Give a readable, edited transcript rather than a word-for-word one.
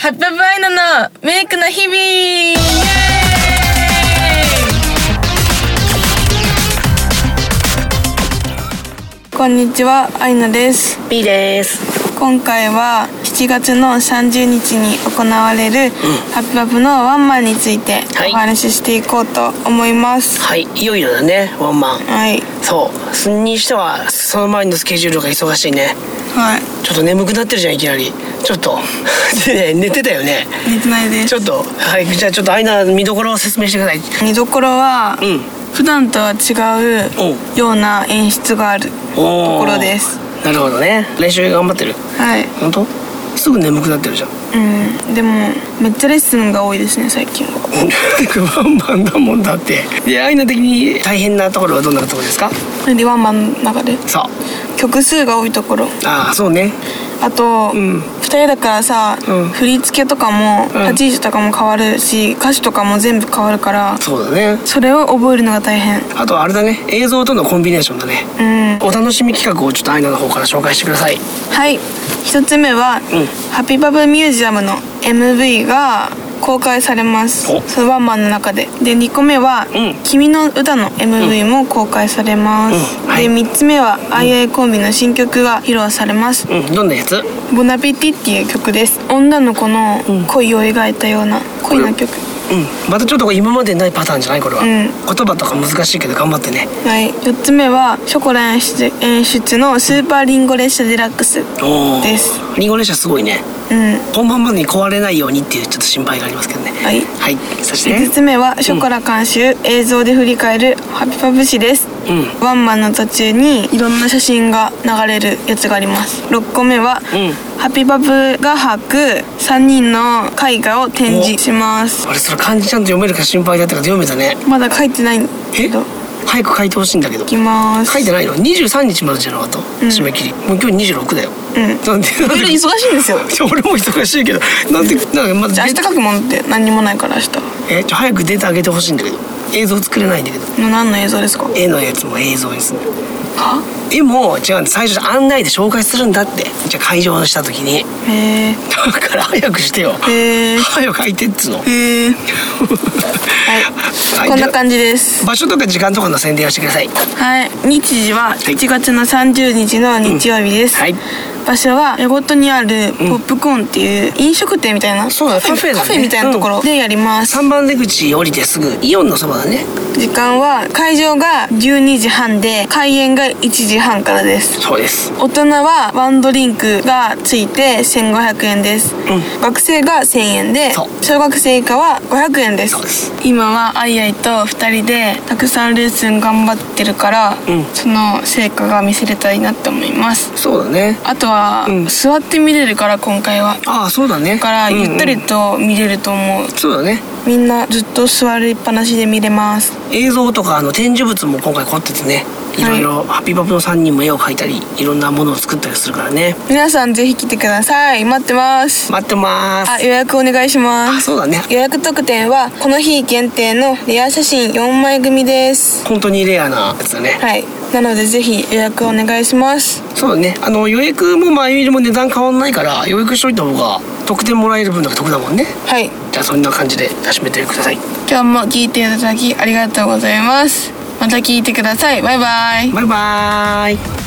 ハッピーバイナのメイクの日々。イエーイ。こんにちは、アイナです。 B です。 今回は7月の30日に行われるハッピーバブのワンマンについてお話ししていこうと思います。 はい、いよいよだね、ワンマン。 はい。 そう、それにしてはその前のスケジュールが忙しいね。 はい。 ちょっと眠くなってるじゃん、いきなり。ちょっとね、寝てたよね。 寝てないです。 ちょっとはい、じゃあちょっとアイナ見どころを説明してください。 見どころは、普段とは違うような演出があるところです。 なるほどね。練習頑張ってる。 はい。 本当？すぐ眠くなってるじゃん。 でもめっちゃレッスンが多いですね、最近は。 ワンマンだもんだって。で、アイナ的に大変なところはどんなところですか？ ワンマンの中で。 そう。 曲数が多いところ。 ああ、そうね。 あと、2人だからさ、振り付けとかも、立ち位置とかも変わるし、歌詞とかも全部変わるから。そうだね。それを覚えるのが大変。 あとあれだね、映像とのコンビネーションだね。お楽しみ企画をちょっとアイナの方から紹介してください。 はい。1つ目は、ハッピーバブミュージアムの MV が公開されます。そのワンマンの中で。で、2個目は、君の歌の MV も公開されます。で、3つ目は、アイアイコンビの新曲が披露されます。 どんなやつ？ ボナペティっていう曲です。女の子の恋を描いたような恋の曲。 またちょっと今までないパターンじゃない？これは。言葉とか難しいけど頑張ってね。 はい。4つ目はショコラ演出のスーパーリンゴ列車デラックスです。 リンゴ列車すごいね。本番までに壊れないようにっていうちょっと心配がありますけどね。はい。はい。そして 5つ目はショコラ監修、映像で振り返るハピパブ誌です。ワンマンの途中にいろんな写真が流れるやつがあります。6個目は、ハピパブが履く3人の絵画を展示します。 あれ、それ漢字ちゃんと読めるか心配だったから読めたね。 まだ書いてないんだけど。 早く書いてほしいんだけど。 いきます。 書いてないの？23日までじゃなかった？締め切り。もう今日26だよ。なんで忙しいんですよ。 俺も忙しいけど、なんでまず明日書くもんって何にもないから明日。 早くデータ上げてほしいんだけど。映像作れないんだけど。 何の映像ですか？ 絵のやつも映像にする。 は？ 絵も違うんで、最初案内で紹介するんだって。じゃあ会場した時に。だから早くしてよ。早く書いてっつの。はい。 こんな感じです。 場所とか時間とかの宣伝をしてください。 はい。日時は7月の30日の日曜日です。はい。場所は八事にあるポップコーンっていう飲食店みたいな、カフェみたいなところでやります。 3番出口降りてすぐイオンのそばだね。 時間は会場が12時半で開演が1時半からです。 そうです。 大人はワンドリンクがついて1500円です。学生が1000円で、小学生以下は500円です。そうです。今はアイアイと2人でたくさんレッスン頑張ってるから、その成果が見せれたらいいなって思います。 そうだね。 あとは、座って見れるから今回は。 ああ、そうだね。 だからゆったりと見れると思う。 そうだね。 みんなずっと座りっぱなしで見れます。 映像とか展示物も今回凝っててね、いろいろハッピーパブの3人も絵を描いたりいろんなものを作ったりするからね。 皆さんぜひ来てください。待ってます。 待ってます。 予約お願いします。 そうだね。 予約特典はこの日限定のレア写真4枚組です。 本当にレアなやつだね。 はい。なのでぜひ予約お願いします。 そうだね。予約も前よりも値段変わんないから予約しといた方が特典もらえる分だけ得だもんね。はい。じゃあそんな感じで始めてください。 今日も聞いていただきありがとうございます。また聞いてください。バイバイ。 バイバイ。